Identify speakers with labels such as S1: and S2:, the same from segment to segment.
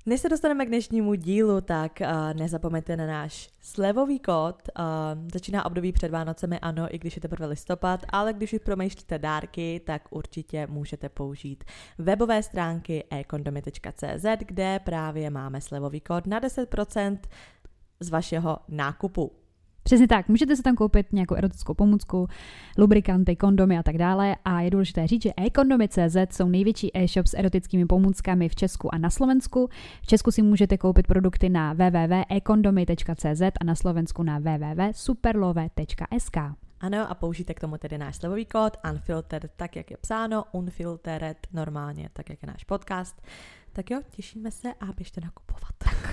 S1: Než se dostaneme k dnešnímu dílu, tak nezapomeňte na náš slevový kód. Začíná období před Vánocemi, ano, i když je teprve listopad, ale když už promýšlíte dárky, tak určitě můžete použít webové stránky ekondomy.cz, kde právě máme slevový kód na 10% z vašeho nákupu.
S2: Přesně tak, můžete si tam koupit nějakou erotickou pomůcku, lubrikanty, kondomy a tak dále a je důležité říct, že ekondomy.cz jsou největší e-shop s erotickými pomůckami v Česku a na Slovensku. V Česku si můžete koupit produkty na www.ekondomy.cz a na Slovensku na www.superlove.sk.
S1: Ano, a použijte k tomu tedy náš slevový kód Unfiltered, tak jak je psáno, Unfiltered normálně, tak jak je náš podcast. Tak jo, těšíme se a běžte nakupovat.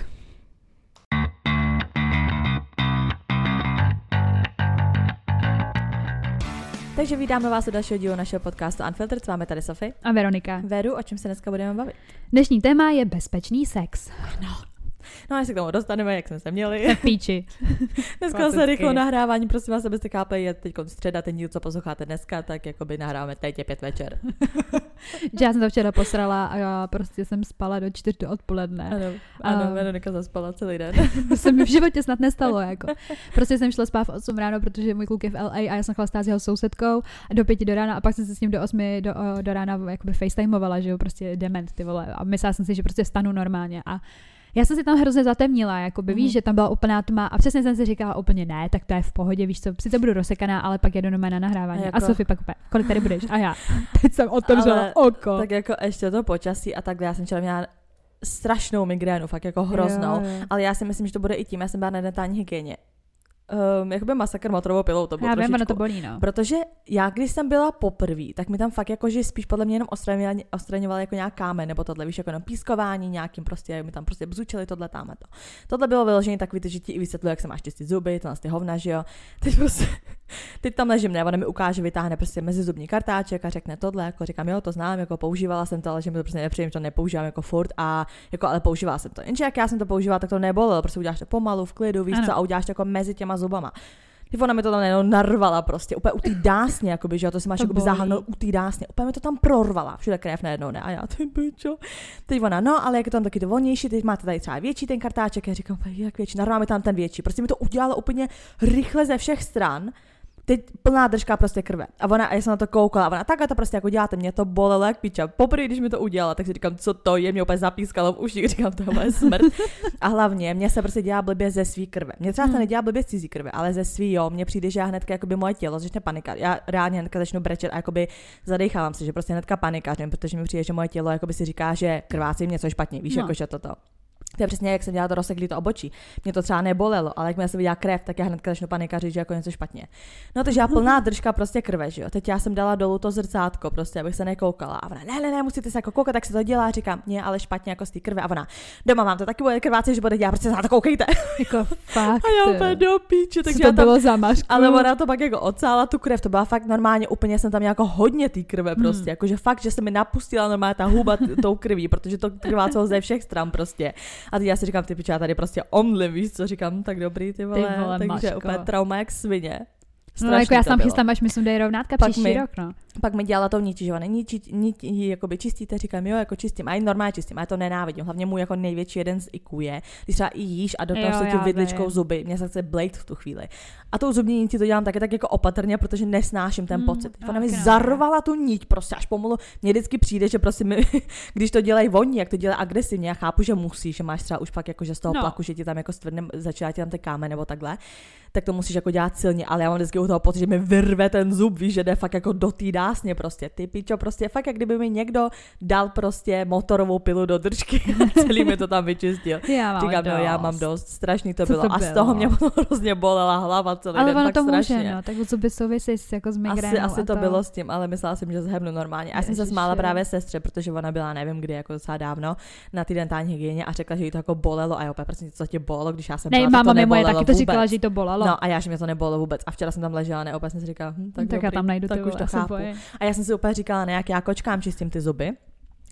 S1: Takže vítáme vás u dalšího dílu našeho podcastu Unfiltered. S vámi tady Sofie
S2: a Veronika.
S1: Veru, o čem se dneska budeme bavit?
S2: Dnešní téma je bezpečný sex.
S1: No, až se k tomu dostaneme, jak jsme se měli.
S2: Píči.
S1: Dneska se rychlo nahrávání, prosím vás, abyste chápali, je teď středa, ten díl, co posloucháte dneska, tak jakoby nahráváme teď je 5 večer.
S2: Já jsem to včera posrala a já prostě jsem spala do 4 do odpoledne.
S1: Ano, Veronika zaspala celý den.
S2: To se mi v životě snad nestalo, jako. Prostě jsem šla spát v 8 ráno, protože můj kluk je v LA a já jsem chtěla stát s jeho sousedkou do 5 do rána a pak jsem se s ním do 8 do rána jakoby facetimeovala, že jo, prostě dement, ty vole. A myslela jsem si, že prostě stanu normálně a já jsem si tam hrozně zatemnila, jakoby, víš, že tam byla úplná tma a přesně jsem si říkala úplně ne, tak to je v pohodě, víš co, sice budu rozsekaná, ale pak jedu na nahrávání. A Sofie pak úplně, kolik tady budeš? A já, teď jsem otevřela oko.
S1: Tak jako ještě to počasí a takhle, já jsem včera měla strašnou migrénu, fakt jako hroznou, ale já si myslím, že to bude i tím, já jsem byla na dentální hygieně. Jakoby masakr motorovou pilou to bylo trošičku.
S2: Já vím, to bolí, no.
S1: Protože já, když jsem byla poprvé, tak mi tam fakt jakože spíš podle mě jenom odstraňoval jako nějak kámen, nebo tohle, víš, jako jenom pískování nějakým prostě, mi tam prostě bzučili tohle táme to. Tohle bylo vyloženě takový, že ti i vysvětluje, jak se máš čistit zuby, to nás ty hovna, že jo. Teď tam ležím, ne, ona mi ukáže, vytáhne prostě mezizubní kartáček a řekne tohle, jako říkám, jo, to znám, jako používala jsem to, ale že mi to prostě nepřijím, to nepoužívám jako furt a jako ale používala jsem to. Jenže jak já jsem to používala, tak to nebolelo, prostě uděláš to pomalu, v klidu, víš co, a uděláš to jako mezi těma zubama. Když ona mi to tam nejenom narvala prostě, úplně u té dásně, jakoby, že jo, to si máš jakoby zaháhnout u té dásně, úplně mi to tam prorvala, všude krev najednou, ne, a já, ty pičo. Teď ona, no, ale jak je to tam taky to volnější, teď máte tady třeba větší ten kartáček, já říkám, jak větší, narvala mi tam ten větší, prostě mi to udělalo úplně rychle ze všech stran. Teď plná držka prostě krve. A já jsem na to koukala a ona takhle to prostě jako děláte, mě to bolelo jak piča. Poprvé, když mi to udělala, tak si říkám, co to je, mě úplně zapískalo v uších, říkám, tohle je smrt. A hlavně, mě se prostě dělá blbě ze svý krve. Mě třeba se nedělá blbě z cizí krve, ale ze svý, jo, mně přijde, že já hnedka jakoby moje tělo začne panikat. Já reálně hnedka začnu brečet a jakoby zadechávám se, že prostě hnedka panikařím, protože mi přijde, že moje tělo jakoby si říká, že krvácím něco špatně, víš, jako že toto. To je přesně, jak jsem dělala to rozseklý to obočí. Mě to třeba nebolelo, ale jak se viděla krev, tak já hnedka začnu panikařit, že jako něco špatně. No takže já plná držka prostě krve, že jo. Teď já jsem dala dolů to zrcátko, prostě, abych se nekoukala. A ona, ne, musíte se jako koukat, tak se to dělá, říkám, ne, ale špatně jako z té krve. A ona, doma mám to taky bude krvácet, že bude dělat, prostě se na to koukejte.
S2: Jako fakt.
S1: A já úplně do píči, takže
S2: to bylo zamařku.
S1: Ale ona to pak jako odsála tu krev, to byla fakt normálně, úplně jsem tam měla jako hodně té krve prostě, jakože fakt, že se mi napustila normálně ta huba tou krví, protože to krvácelo ze všech stran prostě. A teď já si říkám, ty piča, tady prostě omdlím, víš co, říkám, tak dobrý, ty vole takže maško. Úplně trauma jak svině.
S2: Strašný no jako já tam chystám, až mi sundají rovnátka příští rok, no.
S1: Pak mi dělala to niti, že ona jakoby čistíte, říkám, jo, jako čistím, a i normálně čistím, a já to nenávidím. Hlavně můj jako největší jeden z IQ je, když třeba i jíš a do toho se ti vidličkou zuby, mě se chce blejt v tu chvíli. A tou zubní niti to dělám taky tak jako opatrně, protože nesnáším ten pocit. Ona mi zarvala tu niť, prostě až pomalu. Mně vždycky přijde, že prostě když to dělají voní, jak to dělají agresivně, já chápu, že musíš, že máš třeba už pak jako že z toho plaku, že ti tam jako stvrdne, začíná ti tam ty kámen nebo takhle. Tak to musíš jako dělat silně, ale já mám vždycky u toho pocit, že mi vyrve ten zub, víš, že jde fakt jako do té dásně prostě. Ty pičo, prostě fakt, jak kdyby mi někdo dal prostě motorovou pilu do držky a celý mi to tam vyčistil. Říkám, no já mám dost, strašný to bylo. A z toho mě hrozně bolela hlava celý den, tak strašně.
S2: Může, no, tak zuby souvisí jako s migrénou.
S1: Asi to bylo s tím, ale myslela jsem, že zhebnu normálně. A já jsem se smála právě sestře, protože ona byla nevím kdy, jako docela dávno, na té dentální hygieně a řekla, že jí to jako bolelo a jo, prostě co tě bolelo, když já jsem byla,
S2: máma mi moje taky to říkala, že jí to bolelo.
S1: No a já, že mě to nebolelo vůbec. A včera jsem tam ležela, ne, opět jsem si říkala, tak
S2: já tam najdu
S1: tak už to chápu. A já jsem si úplně říkala, ne, jak já kočkám čistím ty zuby.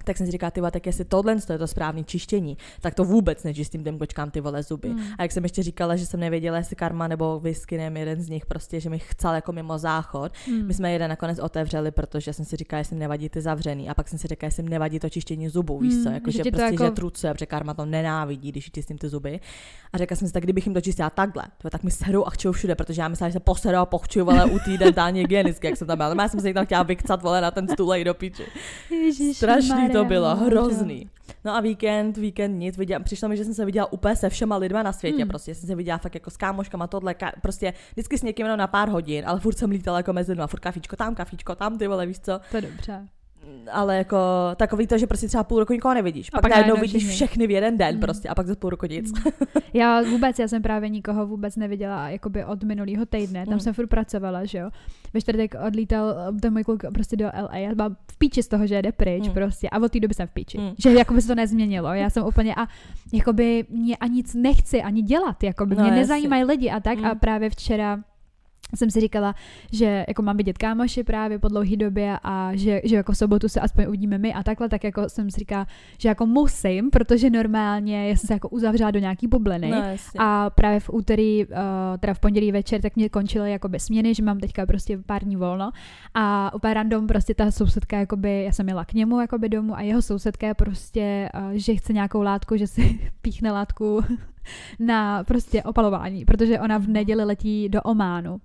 S1: Tak jsem si říkala, ty vole, tak jestli tohle je to správné čištění, tak to vůbec nečistím těm kočkám ty vole zuby. A jak jsem ještě říkala, že jsem nevěděla, jestli Karma nebo Whisky, nevím, jeden z nich prostě, že mi chcel jako mimo záchod. My jsme jeden nakonec otevřeli, protože jsem si říkala, jestli nevadí ty zavřený. A pak jsem si říkala, jestli nevadí to čištění zubů, víš co, jako, že prostě jako... že trucuje, protože Karma to nenávidí, když čistím ty zuby. A řekla jsem si, tak kdybych jim to čistila takhle, tak mi serou a chčou všude, protože já myslela, že se poserou a pochčuju, vole, u té dentální hygienistky, jak jsem tam byla. Já jsem se tam chtěla vykcat, vole, na ten stůl do piči. Strašný to bylo, hrozný. No a víkend nic, přišlo mi, že jsem se viděla úplně se všema lidma na světě, prostě jsem se viděla fakt jako s kámoškama, tohle, prostě vždycky s někým jenom na pár hodin, ale furt jsem lítala jako mezi lidma, furt kafíčko tam, ty vole, víš co.
S2: To je dobře.
S1: Ale jako takový to, že prostě třeba půl roku nikoho nevidíš. Pak najednou vidíš všechny v jeden den prostě a pak za půl roku nic.
S2: Já jsem právě nikoho vůbec neviděla jakoby od minulého týdne. Tam jsem furt pracovala, že jo. Ve čtvrtek odlítal ten můj kluk prostě do LA. Já byla v píči z toho, že jede pryč prostě a od té doby jsem v píči. Že jakoby se to nezměnilo. Já jsem úplně a jakoby mě ani nic nechci ani dělat. Jakoby mě nezajímají lidi a tak a právě včera jsem si říkala, že jako mám vidět kámoši právě po dlouhé době a že jako v sobotu se aspoň uvidíme my a takhle, tak jako jsem si říkala, že jako musím, protože normálně jsem se jako uzavřela do nějaký bubliny a právě v úterý, teda v pondělí večer, tak mě končily jakoby směny, že mám teďka prostě pár dní volno a úplně random prostě ta sousedka, jakoby, já jsem jela k němu jakoby domů a jeho sousedka prostě, že chce nějakou látku, že si píchne látku na prostě opalování, protože ona v neděli letí do Ománu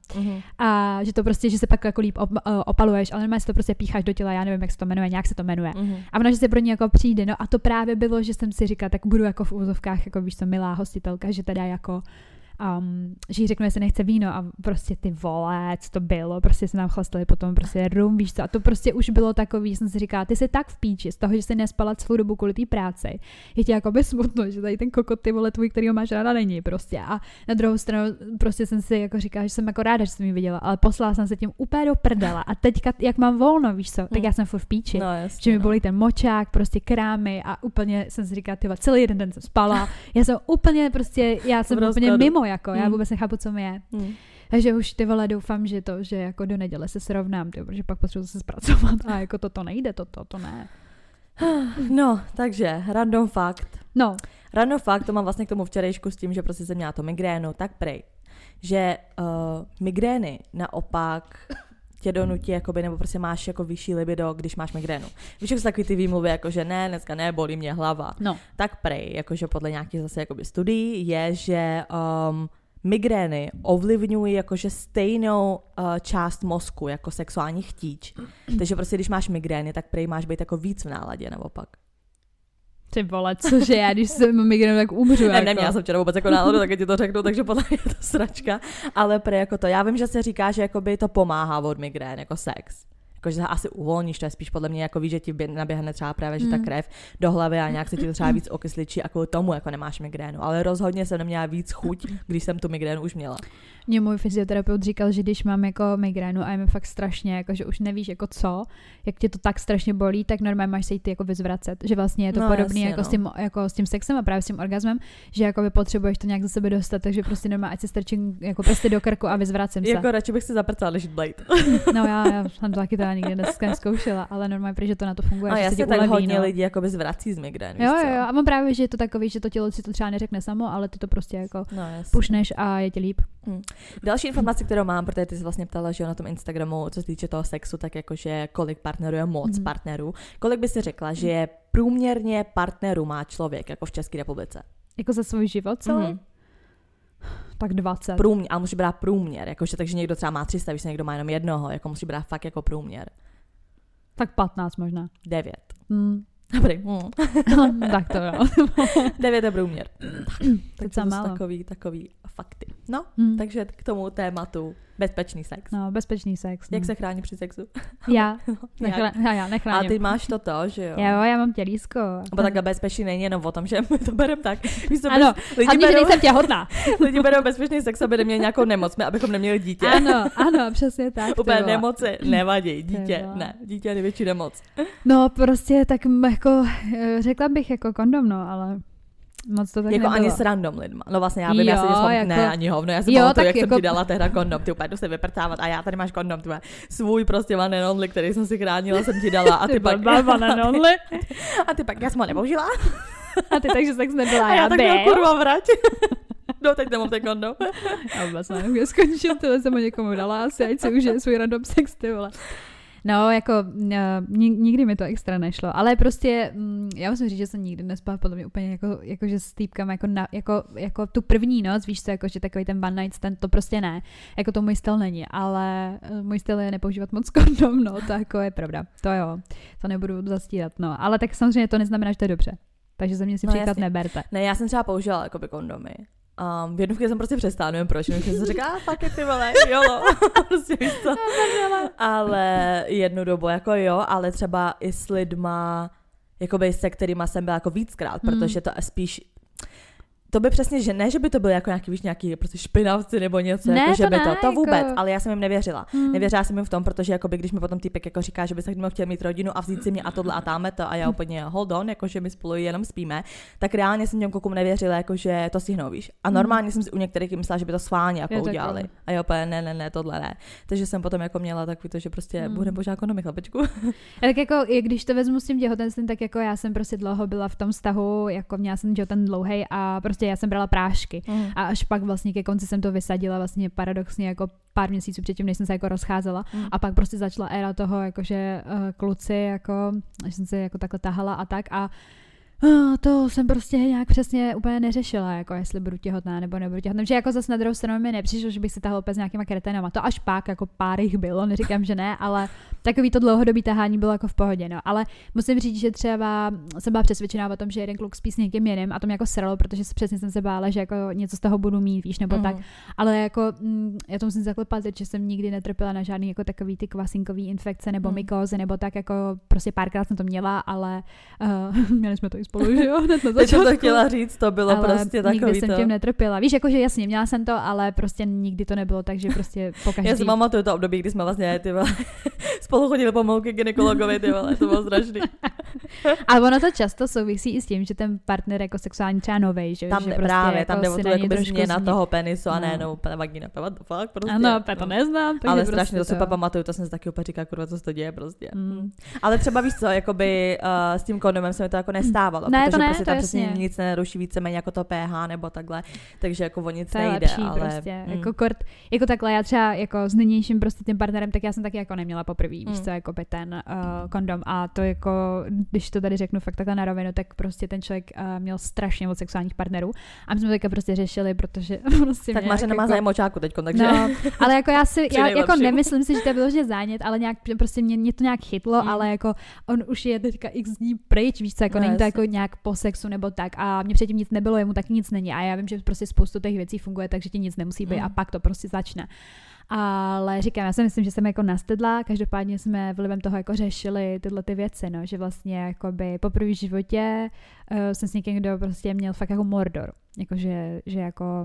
S2: a že to prostě, že se pak jako líp opaluješ, ale normálně si to prostě pícháš do těla, já nevím, jak se to jmenuje, nějak se to jmenuje. A ona, že se pro ní jako přijde, no a to právě bylo, že jsem si říkala, tak budu jako v úzovkách, jako víš co, milá hostitelka, že teda jako že jí řeknu, jestli nechce víno a prostě ty vole, co to bylo, prostě se nám chlastali potom prostě rum, víš co, a to prostě už bylo takový, že jsem si říkala, ty jsi tak v píči z toho, že jsi nespala celou dobu kvůli té práci, je ti jako smutno, že tady ten kokot ty vole tvůj, kterýho máš ráda, není prostě a na druhou stranu prostě jsem si jako říkala, že jsem jako ráda, že jsem ji viděla, ale poslala jsem se tím úplně do prdela a teďka, jak mám volno, víš co, tak já jsem furt v píči, že mi bolí ten močák, prostě krámy a úplně jsem si říkala, tyhle, celý jeden den jsem spala, já jsem úplně úplně mimo, jako, já vůbec nechápu, co mi je. Takže už ty vole doufám, že jako do neděle se srovnám, protože pak potřebuji se zpracovat a jako to nejde, to ne.
S1: No, takže random fakt.
S2: No.
S1: Random fakt, to mám vlastně k tomu včerejšku s tím, že prostě jsem měla to migrénu, tak prej, že migrény naopak tě donutí, jakoby, nebo prostě máš jako vyšší libido, když máš migrénu. Víš, jak jsou takový ty výmluvy, jako že ne, dneska ne, bolí mě hlava.
S2: No.
S1: Tak prej, jakože podle nějakých zase jakoby studií je, že migrény ovlivňují jakože stejnou část mozku jako sexuální chtíč. Takže prostě když máš migrény, tak prej máš být jako víc v náladě naopak.
S2: Ty vole, cože já, když jsem migrénu, tak umřu.
S1: Ne, neměla jsem včera vůbec jako náladu, tak ti to řeknu, takže podle mě je to sračka. Ale prej jako to, já vím, že se říká, že jakoby to pomáhá od migrén, jako sex. Jakože se asi uvolníš, to je spíš podle mě jako víš, že ti naběhne třeba právě, že ta krev do hlavy a nějak se ti to třeba víc okysličí a kvůli tomu jako nemáš migrénu. Ale rozhodně jsem neměla víc chuť, když jsem tu migrénu už měla.
S2: Mě můj fyzioterapeut říkal, že když mám jako migrénu a je mi fakt strašně, jako že už nevíš jako co, jak tě to tak strašně bolí, tak normálně máš se jít jako vyzvracet, že vlastně je to podobné jako s tím sexem a právě s tím orgasmem, že jako by potřebuješ to nějak za sebe dostat, takže prostě normálně ať se strčím jako prostě do krku a vyzvracím se.
S1: Jako radši bych si zaprcala než Blade.
S2: No já jsem to taky teda nikdy neskoušela, ale normálně protože to na to funguje.
S1: A já si tak hodně lidí jako by zvrací z migrénu.
S2: Jo, a mám právě, že je to takový, že to tělo si to třeba neřekne samo, ale ty to prostě jako pušneš a je ti líp.
S1: Další informace, kterou mám, protože ty jsi vlastně ptala, že na tom Instagramu, co se týče toho sexu, tak jakože kolik partnerů je moc partnerů. Kolik by si řekla, že je průměrně partnerů má člověk jako v České republice?
S2: Jako za svůj život celý? Tak 20.
S1: Ale musí brát průměr, jakože takže někdo třeba má 300, když se někdo má jenom jednoho, jako musí brát fakt jako průměr.
S2: Tak 15 možná.
S1: 9. Dobrý.
S2: Tak to jo.
S1: 9 je průměr. Tak
S2: to
S1: jsou takový fakty. No, takže k tomu tématu bezpečný sex.
S2: No, bezpečný sex.
S1: Jak se chrání při sexu?
S2: Já nechráním.
S1: A ty máš toto, že jo?
S2: Jo, já mám tělísko.
S1: Bo takhle bezpečný není jenom o tom, že my to bereme tak.
S2: Ano, hlavně, že nejsem těhotná.
S1: Lidi berou bezpečný sex, aby neměli nějakou nemoc, abychom neměli dítě.
S2: Ano, přesně tak.
S1: Úplně nemoci nevadí, dítě ne, dítě je největší nemoc.
S2: No prostě tak jako řekla bych jako kondom, no, ale... moc to tak
S1: jako
S2: nebylo.
S1: ani s random lidma. No vlastně já vím, já jsem
S2: jako...
S1: ne, ani hovno, já jsem pamatuju, jak jsem ti dala tehda kondom, ty úplně jdu se vyprcávat a já tady máš kondom, ty svůj prostě one and only, který jsem si chránila, jsem ti dala a ty pak...
S2: one and only.
S1: A ty pak, já jsem ho nepoužila.
S2: A ty takže sex nebyla,
S1: a já tak měl kurva vrať. No, teď nemám ten kondom.
S2: Já vůbec nevím, kde skončil, tohle jsem ho někomu dala asi, ať si užije svůj random sex, ty vole. No, jako nikdy mi to extra nešlo, ale prostě já musím říct, že jsem nikdy nespala podle mě úplně jako že s týpkama jako tu první noc, víš co, jako že takový ten one night stand, to prostě ne, jako to můj styl není, ale můj styl je nepoužívat moc kondom, no, to jako je pravda, to jo, to nebudu zastírat, no, ale tak samozřejmě to neznamená, že to je dobře, takže ze mě si příklad neberte.
S1: Ne, já jsem třeba použila jakoby kondomy. V jednu chvíli jsem prostě přestála, nevím proč, jsem si říkala, fuck it, ty vole, jolo, prostě víš co. Ale jednu dobu jako jo, ale třeba i s lidma, jakoby se kterýma jsem byla jako víckrát, protože to spíš, to by přesně, že ne, že by to bylo jako nějaký, víš, nějaký prostě špinavci nebo něco,
S2: ne,
S1: jako, že by
S2: ne,
S1: to vůbec,
S2: jako...
S1: ale já jsem jim nevěřila. Nevěřila jsem jim v tom, protože jakoby, když mi potom týpek jako říká, že by se mnou chtěl mít rodinu a vzít si mě a tohle a táme to a já úplně hold on, jako že my spolu jenom spíme, tak reálně jsem těm klukům nevěřila, jako že to stihnou, víš. A normálně jsem si u některých myslela, že by to schválně jako udělali. A já úplně ne, tohle ne. Takže jsem potom jako měla takový to, že prostě budeme požádat kondomy, chlapečku.
S2: Tak jako když to vezmu s tím těhotenstvím, tak jako já jsem prostě dlouho byla v tom vztahu, jako měla jsem ten dlouhej a prostě já jsem brala prášky. A až pak vlastně ke konci jsem to vysadila vlastně paradoxně jako pár měsíců předtím, než jsem se jako rozcházela. A pak prostě začala éra toho, jakože kluci, jako, až jsem se jako takhle tahala a tak a to jsem prostě nějak přesně úplně neřešila, jako jestli budu těhotná nebo nebudu těhotná. Že jako zase na druhou stranu mi nepřišlo, že bych si tahla opět s nějakýma kreténama. To až pak, jako pár jich bylo, neříkám, že ne, ale takový to dlouhodobý tahání bylo jako v pohodě, no. Ale musím říct, že třeba jsem byla přesvědčená o tom, že jeden kluk spí s někým jiným a to mě jako sralo, protože přesně jsem se bála, že jako něco z toho budu mít, víš, nebo tak. Ale jako já to musím zaklepat, že jsem nikdy netrpěla na žádný jako takový ty kvasinkový infekce nebo mykózy nebo tak, jako prostě párkrát jsem to měla, ale měli jsme to i spolu, že jo, hned na začátku.
S1: Teď jsem to chtěla říct, to bylo
S2: ale
S1: prostě takový
S2: nikdy jsem tím netrpěla. Víš, jakože jasně, měla jsem to, ale prostě nikdy to nebylo, takže prostě pokaždý.
S1: Já si pamatuju to období, kdy jsme vlastně ty vole, spolu chodili pomlouky gynekologovi, ty vole, to bylo strašný.
S2: Ale ono to často souvisí i s tím, že ten partner jako sexuální třeba novej, že?
S1: Tam
S2: že
S1: prostě právě,
S2: jako
S1: tam jde o tu jakoby změna toho penisu a
S2: no.
S1: ne vagina, what the fuck, prostě.
S2: Ano, to neznám.
S1: Ale strašně prostě to si pamatuju, to jsem si taky úplně říkala, kurva, co se to děje prostě. Ale třeba víš co, jakoby s tím kondomem se mi to jako nestávalo,
S2: ne,
S1: protože
S2: to ne,
S1: prostě
S2: to
S1: tam
S2: jasně.
S1: přesně nic nenaruší víceméně jako to pH nebo takhle, takže jako o nic
S2: to je
S1: nejde,
S2: lepší,
S1: ale
S2: prostě. Jako jako takhle, já třeba jako s nynějším prostě tím partnerem, tak já jsem taky jako neměla poprvé, víš co, jako by ten kondom a to jako, když to tady řeknu fakt takhle na rovinu, tak prostě ten člověk měl strašně moc sexuálních partnerů a my jsme to teďka prostě řešili, protože prostě
S1: tak Maře nemá
S2: jako...
S1: zájem o čáku teďko, takže...
S2: No, ale jako já jako nemyslím si, že to bylo že zánět, ale nějak prostě mě to nějak chytlo, ale jako on už je teďka x dní pryč, víš co, jako není to jako nějak po sexu nebo tak a mě předtím nic nebylo, jemu taky nic není a já vím, že prostě spoustu těch věcí funguje, takže ti nic nemusí být a pak to prostě začne. Ale říkám, já si myslím, že jsem jako nastydla, každopádně jsme vlivem toho jako řešili tyhle ty věci, no, že vlastně jakoby poprvé v životě jsem s někým, kdo prostě měl fakt jako mordor, jakože že jako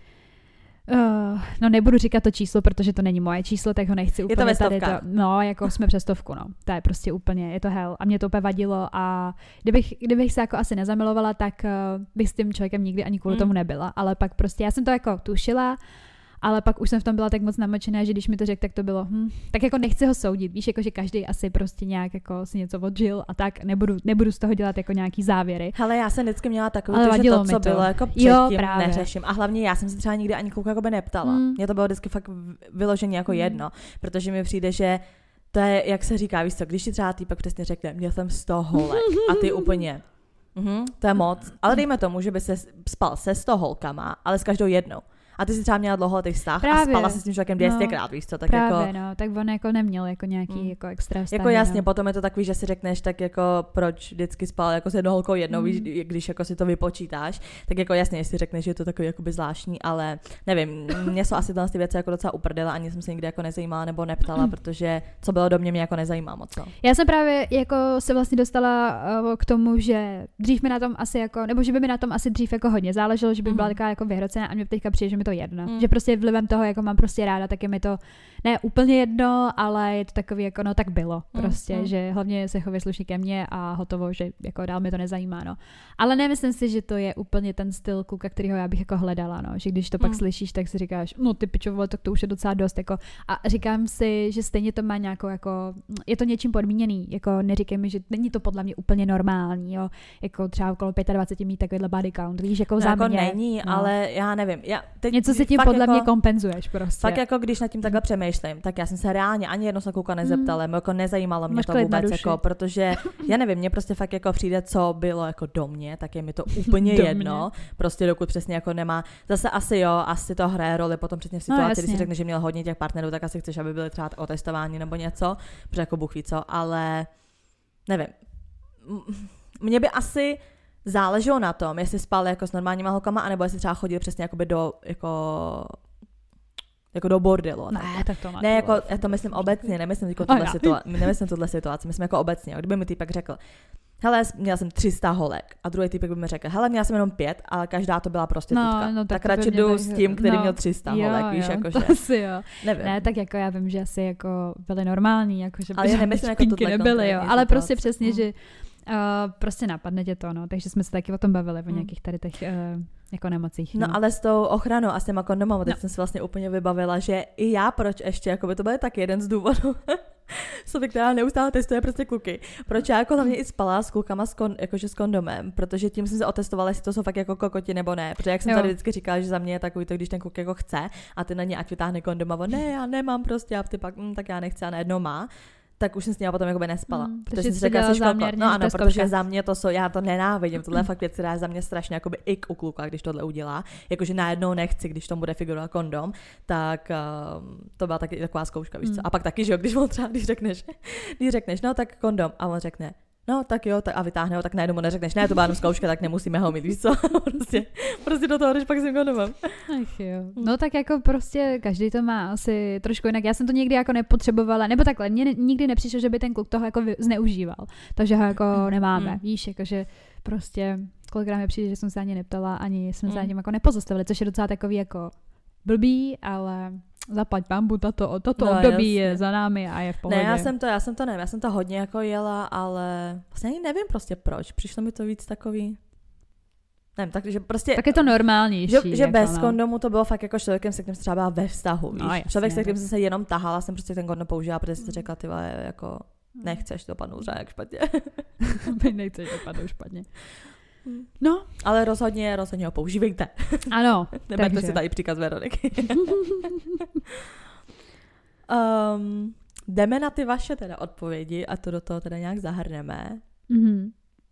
S2: no nebudu říkat to číslo, protože to není moje číslo, tak ho nechci úplně
S1: je to
S2: tady to, no jako jsme přes 100, no, to je prostě úplně, je to hell a mě to úplně vadilo a kdybych se jako asi nezamilovala, tak bych s tím člověkem nikdy ani kvůli tomu nebyla, ale pak prostě já jsem to jako tušila, ale pak už jsem v tom byla tak moc namočená, že když mi to řekl, tak to bylo, tak jako nechci ho soudit, víš, jako že každý asi prostě nějak jako si něco odžil a tak, nebudu z toho dělat jako nějaký závěry.
S1: Hele, já jsem vždycky měla takový, že to, co bylo jako předtím, neřeším. A hlavně já jsem si třeba nikdy ani kluka jako by neptala. Mně to bylo vždycky fakt vyloženě jako jedno, protože mi přijde, že to je, jak se říká, víš co, když ti třeba týpek přesně řekne, měl jsem 100 holek a ty úplně, to je moc, ale dejme tomu, že by se spal se 100 holkama, ale s každou jednou. A ty si třeba měla dlouholetý vztah a spala si s tím člověkem 200krát, víš co, tak
S2: právě,
S1: jako...
S2: no, tak on jako neměl jako nějaký jako extra vztahy.
S1: Jako jasně, potom je to takový, že si řekneš, tak jako proč vždycky spal jako s jednou holkou jednou, víš, když jako si to vypočítáš, tak jako jasně, si řekneš, že je to takový jakoby zvláštní, ale nevím, mě jsou asi ty věci jako docela uprdela, ani jsem se nikdy jako nezajímala nebo neptala, protože co bylo do mě jako nezajímá moc. No.
S2: Já jsem právě jako se vlastně dostala k tomu, že dřív mi na tom asi jako, nebo že by mi na tom asi dřív jako hodně záleželo, že by byla taková jako vyhrocená a mě teďka přijde, že mi to jedno. Že prostě vlivem toho, jako mám prostě ráda, tak je mi to ne úplně jedno, ale je to takový jako no tak bylo prostě, že hlavně se chově slušně ke mně a hotovo, že jako dál mi to nezajímá, no. Ale nemyslím si, že to je úplně ten styl kluka, kterýho já bych jako hledala, no. Že když to pak slyšíš, tak si říkáš, no ty pičo, tak to už je docela dost, jako a říkám si, že stejně to má nějakou jako, je to něčím podmíněný, jako neříkej mi, že není to podle mě úplně normální, jo, jako třeba okolo 25 mít takovýhle body count, víš, jako za
S1: jako
S2: mě.
S1: není,
S2: no.
S1: Ale já nevím. Teď
S2: něco si tím podle mě kompenzuješ prostě.
S1: Fakt jako když nad tím takhle přemýšlím, tak já jsem se reálně ani jednou se kluka nezeptala, jako nezajímalo mě to vůbec, jako, protože já nevím, mně prostě fakt jako přijde, co bylo jako do mě, tak je mi to úplně jedno, prostě dokud přesně jako nemá, zase asi to hraje roli potom přesně v situaci, když si řekne, že měl hodně těch partnerů, tak asi chceš, aby byly třeba otestování nebo něco, protože jako Bůh ví co, ale nevím. Mně by asi záleželo na tom, jestli spal jako s normálníma holkama, anebo jestli třeba chodil přesně jakoby do jako do bordelu.
S2: Ne, tak to
S1: ne, jako, já to myslím obecně, nemyslím tuhle situaci, myslím jako obecně. Kdyby mi týpek řekl, hele, měla jsem 300 holek a druhý týpek by mi řekl, hele, měla jsem jenom 5, ale každá to byla prostitutka.
S2: No,
S1: tak radši jdu s tím, který měl 300 holek, víš, jakože.
S2: To asi jo.
S1: Nevím.
S2: Ne, tak jako já vím, že asi jako byly normální, jakože
S1: ale já nemyslím jako tuhle
S2: nebyly, jo, ale prostě přesně, že prostě napadne tě to, no, takže jsme se taky o tom bavili, o nějakých tady těch jako nemocích.
S1: No ale s tou ochranou a s těma kondomama, teď jsem si vlastně úplně vybavila, že i já proč ještě, jako by to byl taky jeden z důvodů, Sofie, která neustále testuje prostě kluky. Proč já jako hlavně i spala s klukama jakože s kondomem, protože tím jsem se otestovala, jestli to jsou fakt jako kokoti nebo ne, protože jak jsem tady vždycky říkala, že za mě je takový to, když ten kluk jako chce a ty na ně ať vytáhne kondom a ne, já nemám prostě a ty pak, tak já nechci a najednou má. Tak už jsem s ním potom jakoby nespala. Protože jsem si řekla, že no ano, protože za mě to jsou, já to nenávidím, tohle je fakt věc, která je za mě strašně jakoby ik u kluka, když tohle udělá, jakože najednou nechci, když tomu bude figurovat kondom, tak to byla taky taková zkouška, víš co. A pak taky, že jo, když on třeba, když řekneš, no tak kondom a on řekne, no tak jo, tak a vytáhne ho, tak najednou mu neřekneš, ne, to byla jenom zkouška, tak nemusíme ho mít, víš co, prostě do toho jdeš pak s tím kondomem.
S2: Ach jo. No tak jako prostě každý to má asi trošku jinak. Já jsem to někdy jako nepotřebovala, nebo takhle, mně nikdy nepřišlo, že by ten kluk toho jako zneužíval, takže ho jako nemáme, víš, jakože prostě kolikrát mi přijde, že jsem se ani neptala, ani jsme se ani jako nepozastavili, což je docela takový jako blbý, ale zaplať pambu, tato období je za námi a je v pohodě.
S1: Ne, já jsem to hodně jako jela, ale vlastně ani nevím prostě proč, přišlo mi to víc takový, nevím, takže prostě...
S2: Tak je to normálnější.
S1: Že jako bez kondomu to bylo fakt jako člověkem, se kterým třeba byla ve vztahu, víš.
S2: No, jasně,
S1: člověk, se kterým jsem se jenom tahala, jsem prostě ten kondom použila, protože jsem si řekla, ty vole, jako nechceš dopadnout třeba jak špatně.
S2: Nechceš dopadnout špatně. No.
S1: Ale rozhodně ho používejte.
S2: Ano.
S1: Neberte si tady příkaz Veroniky. Jdeme na ty vaše teda odpovědi a to do toho teda nějak zahrneme.
S2: Mhm.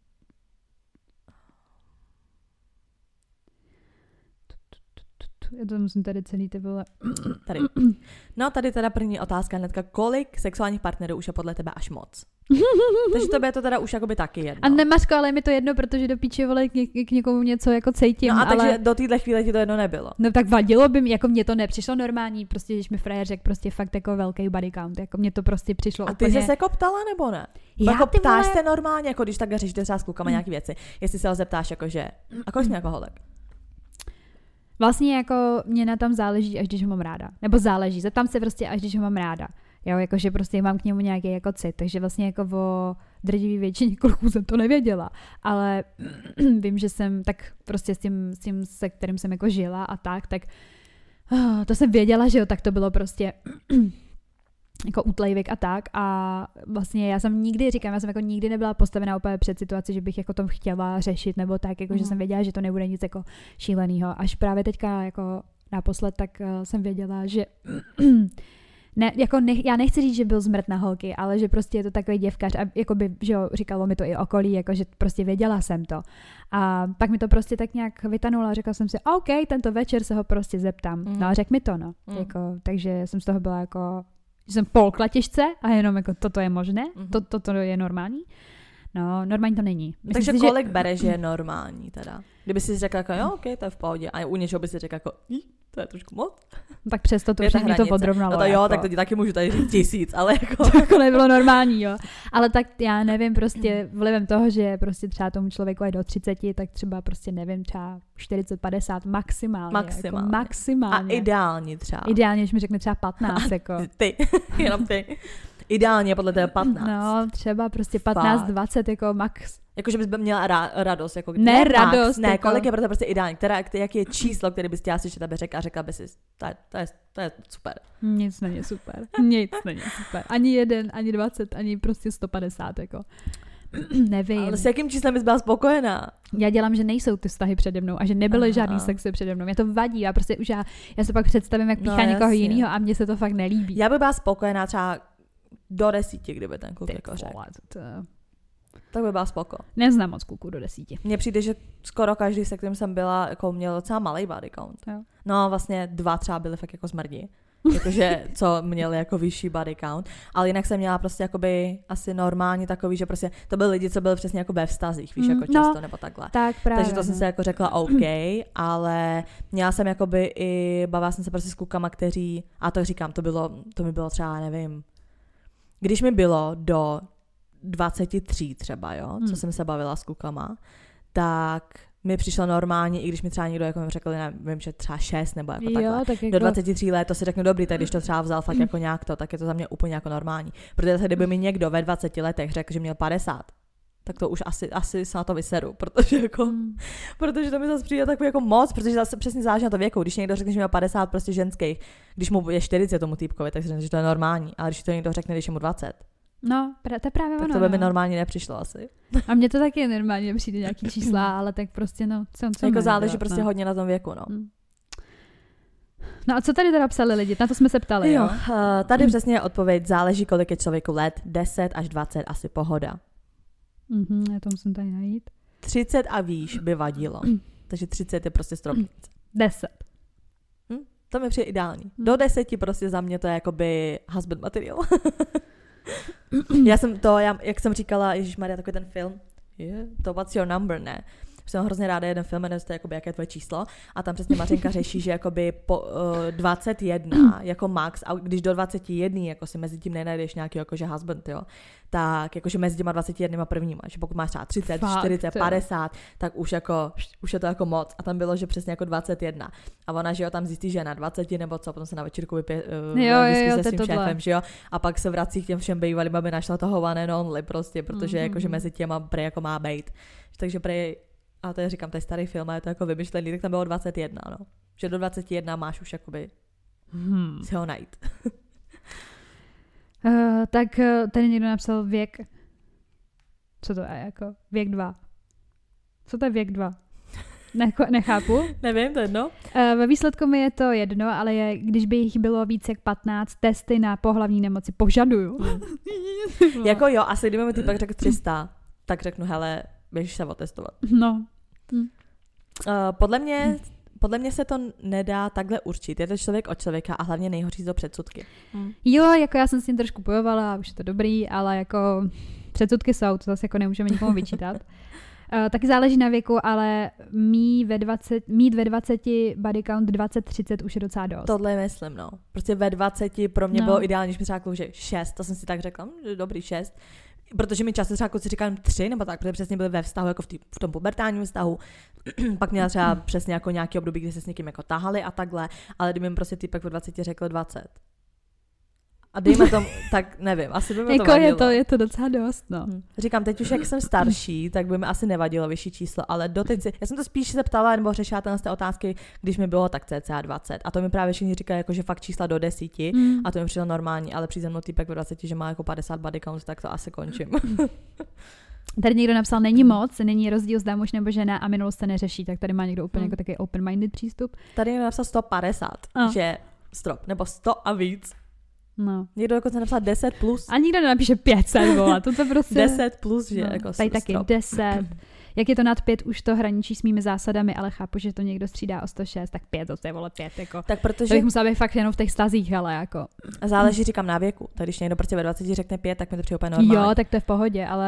S2: Já to musím tady celý ty vole.
S1: Tady. No tady teda první otázka hnedka. Kolik sexuálních partnerů už je podle tebe až moc? Takže tobě je to teda už jakoby taky jedno.
S2: A nemařko, ale je mi to jedno, protože do píče vole k někomu něco jako cítím.
S1: No a
S2: ale...
S1: takže do téhle chvíle ti to jedno nebylo.
S2: No tak vadilo by mi, jako mně to nepřišlo normální, prostě když mi frajer řekl prostě fakt jako velký body count, jako mně to prostě přišlo
S1: a
S2: úplně.
S1: A ty jsi se ptala nebo ne?
S2: Já
S1: jako ptáš se normálně, jako když tak řešíte třeba s klukama nějaký věci. Jestli se ho zeptáš jakože, a kolik jsi jako holek?
S2: Vlastně jako mě na tom záleží, až když ho mám ráda. Nebo záleží, zeptám se prostě, až když ho mám ráda. Jo, jakože prostě mám k němu nějaký jako cit, takže vlastně jako o drtivý většině kluků jsem to nevěděla, ale vím, že jsem tak prostě s tím, se kterým jsem jako žila a tak to jsem věděla, že jo, tak to bylo prostě jako útlejvik a tak a vlastně já jsem jako nikdy nebyla postavena úplně před situaci, že bych jako to chtěla řešit nebo tak, jako že jsem věděla, že to nebude nic jako šílenýho, až právě teďka jako naposled, tak jsem věděla, že ne, jako já nechci říct, že byl zmrt na holky, ale že prostě je to takový děvkař a jakoby, že jo, říkalo mi to i okolí, jako že prostě věděla jsem to. A pak mi to prostě tak nějak vytanulo a řekla jsem si, OK, tento večer se ho prostě zeptám. No a řekl mi to, no. Jako, takže jsem z toho byla jako, že jsem polkla těžce a jenom jako toto je možné, toto je normální. No, normální to není. Myslím
S1: takže
S2: si,
S1: kolik bereš, že je normální teda? Kdyby si řekla jako, jo, OK, to je v pohodě. A u něčeho by si řekla jako, To je trošku moc.
S2: Tak přesto to už mě to podrovnalo.
S1: No to jo,
S2: jako.
S1: tak to ti taky můžu tady říct 1000, ale jako...
S2: To jako nebylo normální, jo. Ale tak já nevím, prostě vlivem toho, že prostě třeba tomu člověku je do 30, tak třeba prostě nevím, třeba 40-50 maximálně.
S1: Maximálně.
S2: Jako maximálně.
S1: A ideálně třeba.
S2: Ideálně, když mi řekne třeba 15, jako.
S1: Ty, jenom ty. Ideálně podle tebe 15.
S2: No, třeba prostě 15-20 jako max.
S1: Jakože bys měla radost. Jako,
S2: ne radost.
S1: Max, ne,
S2: jako...
S1: kolik je pro tebe prostě ideální. Jaký je číslo, který bys chtěla si, že tebe řekla a řekla bys si, to je super.
S2: Nic není super. Nic není super. Ani 1, ani 20, ani prostě 150, jako. Nevím.
S1: Ale s jakým číslem bys byla spokojená?
S2: Já dělám, že nejsou ty vztahy přede mnou a že nebyly žádný sexy přede mnou. Mě to vadí a prostě už já se pak představím, jak píchá někoho jiného a mně se to fakt nelíbí.
S1: Já bych byla spokojená třeba do 10, kdyby ten kluk jako řekl. Tak by byla spoko.
S2: Neznám moc kluků do 10.
S1: Mně přijde, že skoro každý, se kterým jsem byla, jako měl docela malý body count.
S2: Jo.
S1: No vlastně 2 třeba byly fakt jako smrdí. Jakože, co měli jako vyšší body count. Ale jinak jsem měla prostě jakoby asi normálně takový, že prostě to byly lidi, co byli přesně jako ve vztazích, víš, jako často nebo takhle.
S2: Tak právě.
S1: Takže to jsem se jako řekla OK, ale měla jsem jakoby i, bavila jsem se prostě s klukama, kteří, a to říkám, to mi bylo třeba, nevím, když mi bylo do 23 třeba, jo, co jsem se bavila s klukama, tak mi přišlo normálně, i když mi třeba někdo jako řekl, nevím, že třeba 6 nebo jako takhle.
S2: Tak jako...
S1: Do 23 let to si řeknu dobrý, tak když to třeba vzal fakt jako nějak to, tak je to za mě úplně jako normální. Protože kdyby mi někdo ve 20 letech řekl, že měl 50, tak to už asi se na to vyseru, protože to mi zase přijde takový jako moc, protože zase přesně záleží na to věku. Když někdo řekne, že měl 50 prostě ženských, když mu je 40 tomu týpkovi, tak si řekne, že to je normální, ale když to někdo řekne, když je mu 20.
S2: No, to je právě
S1: tak
S2: ono.
S1: to by mi normálně nepřišlo asi.
S2: A mně to taky normálně přijde nějaký čísla, ale tak prostě co
S1: jako záleží prostě hodně na tom věku, no.
S2: No a co tady teda psali lidi? Na to jsme se ptali, jo?
S1: Tady přesně je odpověď, záleží, kolik je člověku let, 10 až 20 asi pohoda.
S2: Já to musím tady najít.
S1: 30 a výš by vadilo. Takže 30 je prostě stropnice.
S2: 10.
S1: To mi přijde ideální. Do 10 prostě za mě to je jakoby husband material. Jak jsem říkala, ježišmarja, takový ten film, to What's Your Number, ne? Jsem hrozně ráda jeden film, jmenuje se jakoby, jaké je tvoje číslo a tam přesně Mařenka řeší, že jakoby po 21 jako max a když do 21 jako si mezi tím nenajdeš nějaký jakože husband, jo, tak jakože mezi těma 21 prvníma, že pokud máš třeba 30, 40, 50, tak už je to jako moc a tam bylo, že přesně jako 21 a ona, že jo, tam zjistí, že je na 20 nebo co, potom se na večírku vypije se svým šéfem, že jo, a pak se vrací k těm všem bývalým, aby našla toho one and only prostě, protože jakože mezi těma prej jako má bejt, takže prej. A to je, říkám, to je starý film a je to jako vymyšlený, tak tam bylo 21, no. Že do 21 máš už jakoby si ho najít.
S2: Tak tady někdo napsal věk. Co to je jako? Věk 2. Co to je věk 2? Nechápu.
S1: Nevím, to je jedno.
S2: Ve výsledku mi je to jedno, ale když by jich bylo víc jak 15, testy na pohlavní nemoci požaduju.
S1: Jako jo, asi kdyby mi týpek řekl 300, tak řeknu, hele, běž se otestovat.
S2: No.
S1: Podle mě se to nedá takhle určit. Je to člověk od člověka a hlavně nejhorší jsou předsudky.
S2: Jo, jako já jsem s tím trošku bojovala, už je to dobrý, ale jako předsudky jsou, to zase jako nemůžeme nikomu vyčítat. Taky záleží na věku, ale mít ve 20 body count 20-30 už je docela dost.
S1: Tohle myslím, no. Prostě ve 20 pro mě bylo ideální, když mi třeba že 6, to jsem si tak řekla, dobrý 6. Protože mi často třeba kluci říkali 3 nebo tak, protože přesně byli ve vztahu jako v tom pubertálním vztahu. Pak měla třeba přesně jako nějaký období, kdy se s někým jako tahali a takhle, ale kdyby mi prostě týpek v 20 řekl 20. A dejme tomu, tak nevím, asi by mi to vadilo.
S2: Je to docela dost, no.
S1: Říkám, teď už jak jsem starší, tak by mi asi nevadilo vyšší číslo, ale doteď já jsem to spíš se ptala nebo řešila z té otázky, když mi bylo tak cca 20. A to mi právě všichni říkají, jako, že fakt čísla do 10 a to mi přišlo normální, ale přijde mnou týpek v 20, že má jako 50 body count, tak to asi končím.
S2: Tady někdo napsal, není moc, není rozdíl zda muž nebo žena a minulost se neřeší, tak tady má někdo úplně jako takový open-minded přístup.
S1: Tady někdo napsal 150, že strop, nebo 100 a víc.
S2: No.
S1: Někdo dokonce napsal 10 plus.
S2: A nikdo nenapíše 500, vole, to prostě...
S1: 10 plus, že jako
S2: tady taky 10. Jak je to nad 5, už to hraničí s mými zásadami, ale chápu, že to někdo střídá o 106, tak 5, to je vole 5, jako.
S1: Tak protože...
S2: To bych musela být fakt jenom v těch stazích, ale jako...
S1: A záleží, říkám, na věku. Tak když někdo prostě ve 20 řekne 5, tak mi to přijde úplně normální.
S2: Jo, tak to je v pohodě, ale...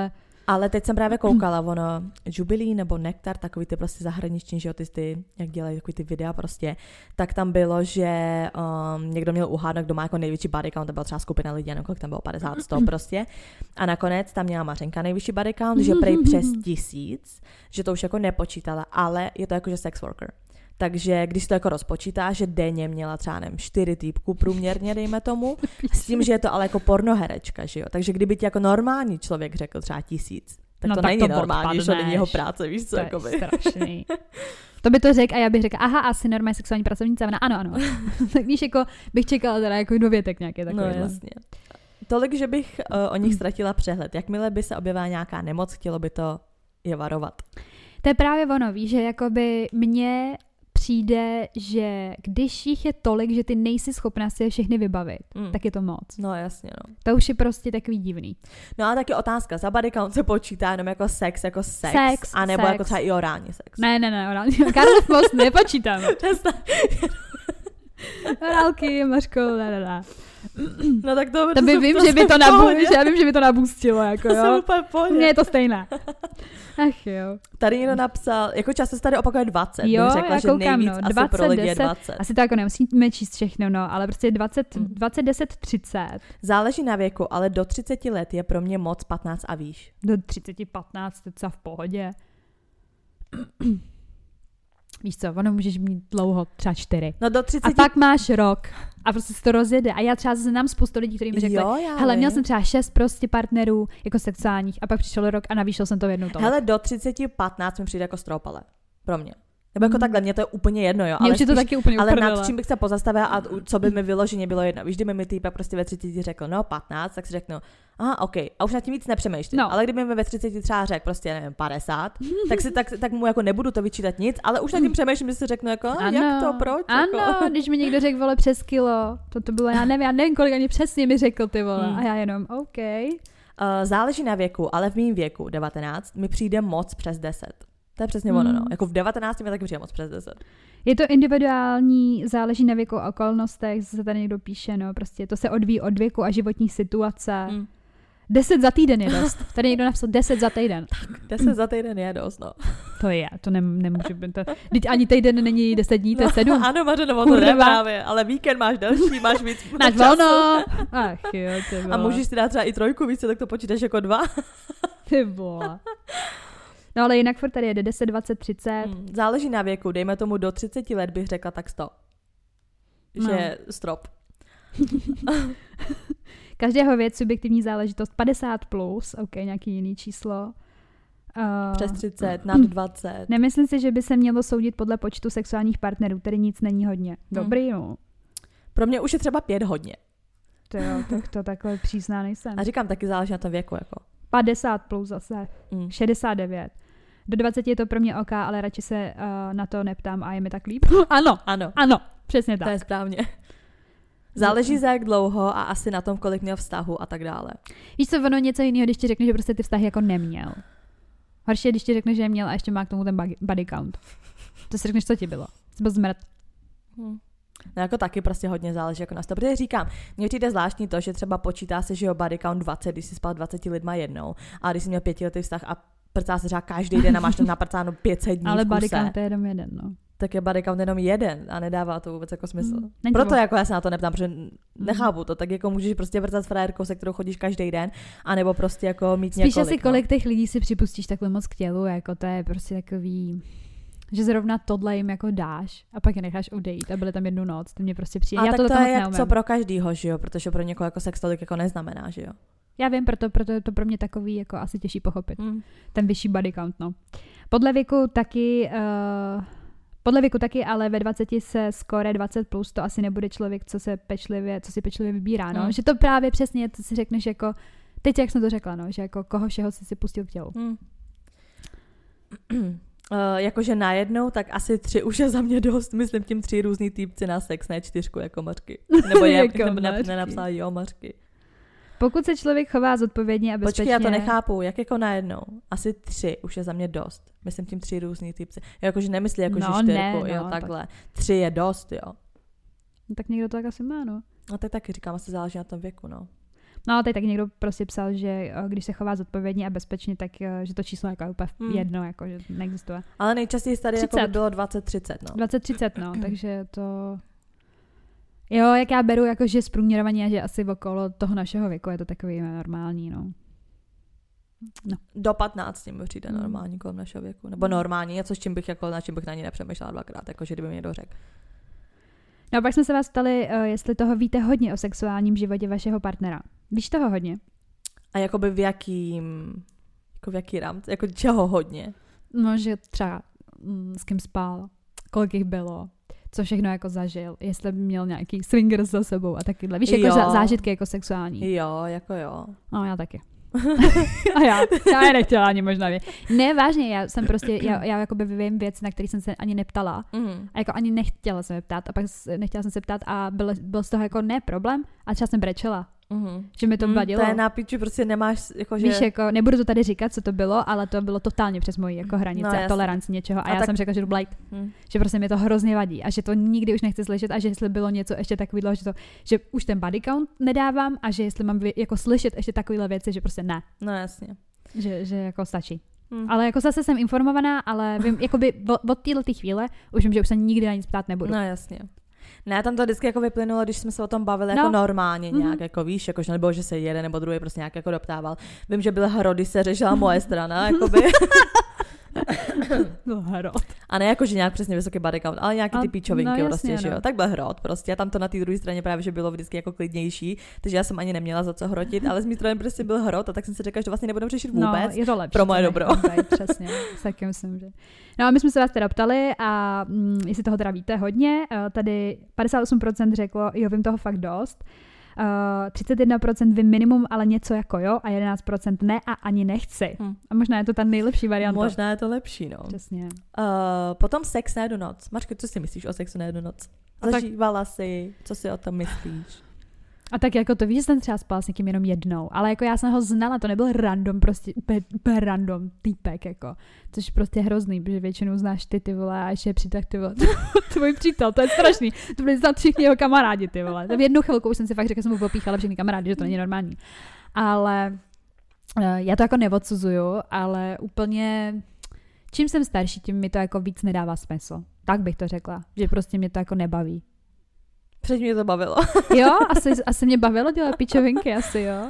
S1: Ale teď jsem právě koukala, ono, Jubilee nebo Nektar, takový ty prostě zahraniční, že jo, ty jak dělají takový ty videa prostě, tak tam bylo, že někdo měl uhádnout, kdo má jako největší body count, to byla třeba skupina lidí, nevím, kolik tam bylo, 50, 100 prostě. A nakonec tam měla Mařenka nejvyšší body count, že prej přes 1000, že to už jako nepočítala, ale je to jako, že sex worker. Takže když to jako rozpočítá, že denně měla třeba nevím, 4 týpků průměrně, dejme tomu, s tím, že je to ale jako pornoherečka, že jo. Takže kdyby ti jako normální člověk řekl třeba 1000, tak
S2: no,
S1: to
S2: tak
S1: není
S2: to
S1: normální, že to není jeho práce, víš co,
S2: to
S1: jakoby.
S2: Je strašný. To by to řekl a já bych řekla, aha, asi normální sexuální pracovnice, ano. Tak když jako bych čekala teda jako dovětek nějaké takový.
S1: No jasně. Tolik, že bych o nich ztratila přehled. Jakmile by se objevila nějaká nemoc, chtělo by to je varovat.
S2: To je právě ono, víš, že jakoby mně přijde, že když jich je tolik, že ty nejsi schopná si je všechny vybavit, tak je to moc.
S1: No jasně, no.
S2: To už je prostě takový divný.
S1: No a taky otázka, za body count se počítá jenom jako sex, anebo jako třeba i orální sex.
S2: Ne, orální. Karlov most nepočítám. Orálky, Mařko, ne.
S1: No tak to
S2: by vím, že by to nabustilo, jako jo.
S1: Jsem úplně pohodě.
S2: Mně je to stejné. Ach jo.
S1: Tady někdo napsal, jako často se tady opakuje 20,
S2: jo,
S1: bych řekla,
S2: já
S1: že
S2: koukám,
S1: nejvíc asi
S2: 20,
S1: pro lidi
S2: 10,
S1: je 20.
S2: Asi to jako nemusíme číst všechno, no, ale prostě 20, 10, 30.
S1: Záleží na věku, ale do 30 let je pro mě moc 15 a výš.
S2: Do 30, 15, to v pohodě. Víš co, ono můžeš mít dlouho, třeba 4.
S1: No do 30...
S2: A pak máš rok a prostě se to rozjede. A já třeba znám spoustu lidí, kteří mi řekli, hele, měl jsem třeba 6 prostě partnerů jako sexuálních a pak přišel rok a navýšil jsem to v jednou tolik.
S1: Hele, do 30-15 mi přijde jako stropale. Pro mě. Nebo jako takhle, mě to je úplně jedno, jo.
S2: Ale to taky úplně
S1: ale nad čím bych se pozastavila a co by mi vyloženě bylo jedno. Víš, kdyby mi týpek prostě ve 30 řekl, no 15, tak si řeknu, aha, OK. A už nad tím víc nepřemýšlím. No. Ale kdyby mi ve 30 třeba řekl prostě, nevím, 50, tak mu jako nebudu to vyčítat nic, ale už nad tím přemýšlím, že si řeknu jako, jak to, proč?
S2: Ano, jako? Když mi někdo řekl, vole, přes kilo, to bylo, já nevím kolik ani přesně mi řekl, ty vole. A já jenom, OK.
S1: Záleží na věku, ale v mým věku, 19, mi přijde moc přes 10. To je přesně ono, no. Jako v 19 mi taky přijde moc přes 10.
S2: Je to individuální, záleží na věku a okolnostech, se tady někdo píše, no, prostě to se odvíjí od věku a životní situace. 10 za týden je dost. Tady někdo napsal 10 za týden.
S1: Tak, 10 za týden je dost, no.
S2: To nemůže být. Teď ani týden není 10 dní, to je 7.
S1: Ano, Mařeno, to ne právě, ale víkend máš další, máš víc.
S2: Máš volno. Ach jo, ty
S1: a můžeš si dát třeba i 3 více, tak to počítáš jako 2.
S2: Ty vole. No ale jinak furt tady jede 10, 20, 30.
S1: Záleží na věku, dejme tomu do 30 let bych řekla tak 100. Že strop.
S2: Každého věc, subjektivní záležitost 50 plus, ok, nějaký jiný číslo.
S1: Přes 30, nad 20.
S2: Nemyslím si, že by se mělo soudit podle počtu sexuálních partnerů, tedy nic není hodně. Dobrý, no.
S1: Pro mě už je třeba 5 hodně.
S2: To jo, tak to takhle přísná nejsem.
S1: A říkám, taky záleží na tom věku, jako.
S2: 50 plus zase, 69. Do 20 je to pro mě OK, ale radši se na to neptám a je mi tak líp. Ano, přesně tak.
S1: To je správně. Záleží za jak dlouho a asi na tom, kolik měl vztahu a tak dále.
S2: Víš co, ono něco jiného, když ti řekne, že prostě ty vztahy jako neměl. Horší je, když ti řekne, že je měl a ještě má k tomu ten body count. To si řekneš, co ti bylo. Jsi byl zmrt.
S1: No jako taky prostě hodně záleží jako na to, protože říkám, mně přijde zvláštní to, že třeba počítá se, že jo, body count 20, když jsi spal 20 lidma jednou, a když jsi měl 5letý vztah a prcá se třeba každý den a máš tam naprcáno 500 dní
S2: ale
S1: v kuse.
S2: body count je jenom jeden, no.
S1: Tak je body count jenom jeden a nedává to vůbec jako smysl. Proto jako já se na to neptám, protože nechápu to, tak jako můžeš prostě vrcat s frajerkou, se kterou chodíš každý den, anebo prostě jako mít
S2: spíš
S1: několik.
S2: Spíš asi kolik těch lidí si připustíš takhle moc k tělu, jako to je prostě takový, že zrovna tohle jim jako dáš a pak je necháš odejít a byli tam jednu noc, to mě prostě přijde.
S1: A já tak to je jak co pro každýho, že jo, protože pro někoho jako sex tolik jako neznamená, že jo.
S2: Já vím, proto je to pro mě takový jako asi těžší pochopit. Ten vyšší body count, no. Podle věku taky, ale ve 20 se skore 20 plus, to asi nebude člověk, co si pečlivě vybírá, no. Že to právě přesně, to si řekneš jako, teď jak jsem to řekla, no, že jako koho všeho si pustil k tělu.
S1: Jakože najednou, tak asi 3 už je za mě dost, myslím tím 3 různý týpci na sex, ne 4 jako Mařky. Nebo nenapsala jo Mařky.
S2: Pokud se člověk chová zodpovědně a bezpečně...
S1: Počkej, já to nechápu, jak jako najednou? Asi 3 už je za mě dost. Myslím tím 3 různý typci. Jakože nemyslí jako že 4, jo, takhle. 3 je dost, jo.
S2: No, tak někdo to tak asi má, no.
S1: No tak taky říkám, asi záleží na tom věku, no.
S2: No a teď tak někdo prostě psal, že když se chová zodpovědně a bezpečně, tak že to číslo jako je úplně jedno, jako že neexistuje.
S1: Ale nejčastěji tady jako by bylo 20-30, no.
S2: 20-30, no, takže to... Jo, jak já beru, jako že zprůměrovaně, že asi okolo toho našeho věku je to takový normální, no.
S1: Do 15 mi přijde normální kolem našeho věku. Nebo normální, něco, na čím bych na ní nepřemýšlela dvakrát, jakože kdyby mi někdo řekl.
S2: No a pak jsme se vás ptali, jestli toho víte hodně o sexuálním životě vašeho partnera. Víš toho hodně?
S1: A jakoby v jaký rámci, jako čeho hodně?
S2: No, že třeba s kým spal, kolik jich bylo, co všechno jako zažil, jestli by měl nějaký swingers za sebou a takyhle. Víš, jako zážitky jako sexuální.
S1: Jo, jako jo.
S2: No, já taky. A já je nechtěla ani možná vědět. Ne, vážně, já jsem prostě, já jakoby vím věci, na které jsem se ani neptala. A jako ani nechtěla se ptát a pak nechtěla jsem se ptát a byl z toho jako ne problém a třeba jsem brečela. Že mi to vadilo.
S1: To je na piči, prostě nemáš, jakože...
S2: Víš, jako, nebudu to tady říkat, co to bylo, ale to bylo totálně přes moji jako hranice a toleranci něčeho. A já jsem řekla, že jdu blajt. Že prostě mi to hrozně vadí a že to nikdy už nechci slyšet a že jestli bylo něco ještě takového, že už ten body count nedávám a že jestli mám jako slyšet ještě takovéhle věci, že prostě ne.
S1: No jasně.
S2: Že jako stačí. Ale jako zase jsem informovaná, ale vím, jakoby od této chvíle už vím, že už se nikdy na nic ptát nebudu.
S1: No jasně. Ne, tam to vždycky jako vyplynulo, když jsme se o tom bavili jako normálně nějak, jako víš, jako že nebylo, že se jeden nebo druhý prostě nějak jako doptával. Vím, že byl hrod, když se řešila moje strana, jakoby. A ne jako, že nějak přesně vysoký body count, ale nějaký ty píčovinky prostě, že jo. Tak byl hrot prostě a tam to na té druhé straně právě, že bylo vždycky jako klidnější, takže já jsem ani neměla za co hrotit, ale z mé strany prostě byl hrot a tak jsem si řekla, že to vlastně nebudeme řešit vůbec.
S2: No, je to lepší.
S1: Pro moje dobro.
S2: Přesně, taky myslím, že. No a my jsme se vás teda ptali a jestli toho teda víte hodně, tady 58% řeklo, jo, vím toho fakt dost. 31% vím minimum, ale něco jako jo a 11% ne a ani nechci. A možná je to ta nejlepší varianta.
S1: Možná je to lepší, no.
S2: Přesně.
S1: Potom sex na jednu noc. Mačko, co si myslíš o sexu na jednu noc? Zažívala jsi, co si o tom myslíš?
S2: A tak jako to víš, že jsem třeba spala s někým jenom jednou, ale jako já jsem ho znala, to nebyl random, prostě úplně random týpek, jako, což prostě hrozný, protože většinou znáš ty vole, a ještě je přítel, ty vole, tvůj přítel, to je strašný, to byli znát všichni jeho kamarádi, ty vole. V jednu chvilku už jsem si fakt řekla, že jsem mu opíchala všechny kamarádi, že to není normální. Ale já to jako neodsuzuju, ale úplně, čím jsem starší, tím mi to jako víc nedává smysl. Tak bych to řekla, že prostě mě to jako nebaví.
S1: Předtím mě to bavilo.
S2: Jo, asi mě bavilo dělat pičovinky, asi jo.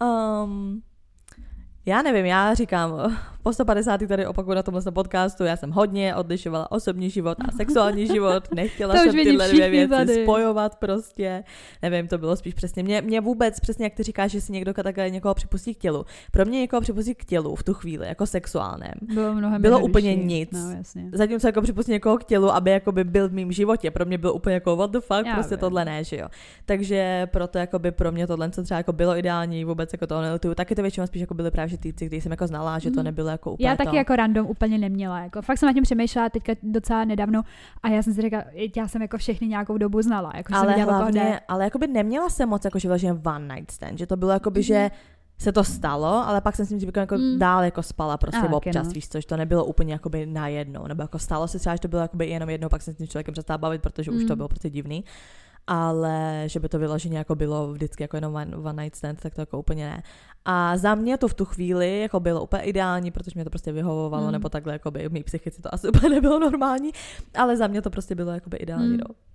S1: Já nevím, já říkám, po 150. tady opakuju na tomhle podcastu, já jsem hodně odlišovala osobní život a sexuální život, nechtěla jsem tyhle dvě věci tady spojovat prostě, nevím, to bylo spíš přesně, mě vůbec přesně, jak ty říkáš, že si někdo takhle někoho připustí k tělu, pro mě někoho připustit k tělu v tu chvíli, jako sexuálním, bylo úplně nic,
S2: no,
S1: zatímco jako připustit někoho k tělu, aby jakoby byl v mým životě, pro mě bylo úplně jako what the fuck, já prostě vím. Tohle ne, že jo, takže proto jakoby pro mě tohle, co třeba jako bylo ideální, vůbec jako to nelituju, taky to většinou spíš jako byly právě týci, když jsem jako znala, že to nebylo jako úplně.
S2: Já taky jako random úplně neměla, jako fakt jsem na tím přemýšlela teďka docela nedávno a já jsem si řekla, já jsem jako všechny nějakou dobu znala, jako
S1: ale hlavně, ale jakoby neměla jsem moc jako že one night stand, že to bylo jakoby, že se to stalo, ale pak jsem s tím jako dál jako spala prostě občas, víš co, že to nebylo úplně jakoby najednou, nebo jako stalo se třeba, že to bylo jakoby jenom jednou, pak jsem s tím člověkem přestala bavit, protože už to bylo prostě divný. Ale že by to vyloženě jako bylo vždycky jako jenom one night stand, tak to jako úplně ne. A za mě to v tu chvíli jako bylo úplně ideální, protože mě to prostě vyhovovalo, nebo takhle jako by v mý psychice to asi úplně nebylo normální, ale za mě to prostě bylo jako by ideální.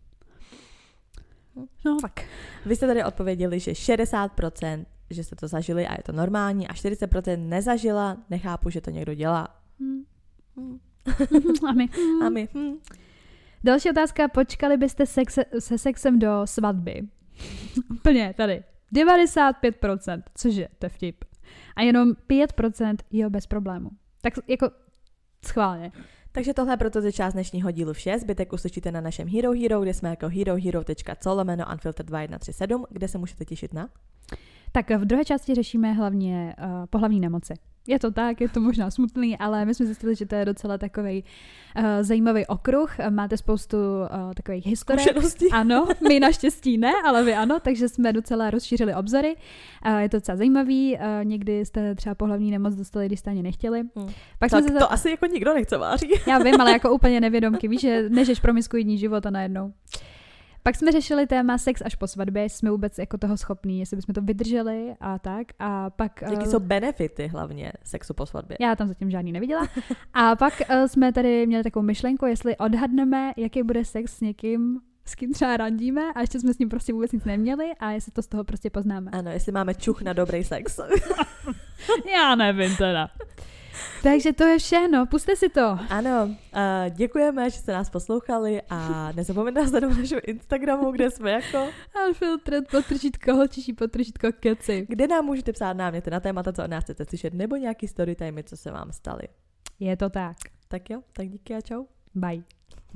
S2: No tak.
S1: Vy jste tady odpověděli, že 60%, že jste to zažili a je to normální a 40% nezažila, nechápu, že to někdo dělá.
S2: A my. Další otázka, počkali byste se sexem do svatby? Úplně tady. 95%, cože, to je vtip. A jenom 5% jo, bez problému. Tak jako schválně.
S1: Takže tohle je proto ze část dnešního dílu vše. Zbytek uslyšíte na našem Hero Hero, kde jsme jako herohero.co/unfiltered21737, kde se můžete těšit na...
S2: Tak v druhé části řešíme hlavně pohlavní nemoci. Je to tak, je to možná smutný, ale my jsme zjistili, že to je docela takovej zajímavý okruh. Máte spoustu takových historek.
S1: Zkušeností.
S2: Ano, my naštěstí ne, ale vy ano, takže jsme docela rozšířili obzory. Je to docela zajímavý. Někdy jste třeba pohlavní nemoc dostali, když jste ani nechtěli.
S1: Pak tak to asi jako nikdo nechce váří.
S2: Já vím, ale jako úplně nevědomky. Víš, že nežeš promiskuitní život a najednou. Pak jsme řešili téma sex až po svatbě, jestli jsme vůbec jako toho schopní, jestli bychom to vydrželi a tak. A pak...
S1: Jaký jsou benefity hlavně sexu po svatbě?
S2: Já tam zatím žádný neviděla. A pak jsme tady měli takovou myšlenku, jestli odhadneme, jaký bude sex s někým, s kým třeba randíme a ještě jsme s ním prostě vůbec nic neměli a jestli to z toho prostě poznáme.
S1: Ano, jestli máme čuch na dobrý sex.
S2: Já nevím teda. Takže to je všechno, puste si to.
S1: Ano, děkujeme, že jste nás poslouchali a nezapomeňte nás do našeho Instagramu, kde jsme jako
S2: Unfiltered _, holčičí _ keci.
S1: kde nám můžete psát náměty na témata, co od nás chcete slyšet, nebo nějaký storytime, co se vám staly.
S2: Je to tak.
S1: Tak jo, tak díky a čau.
S2: Bye.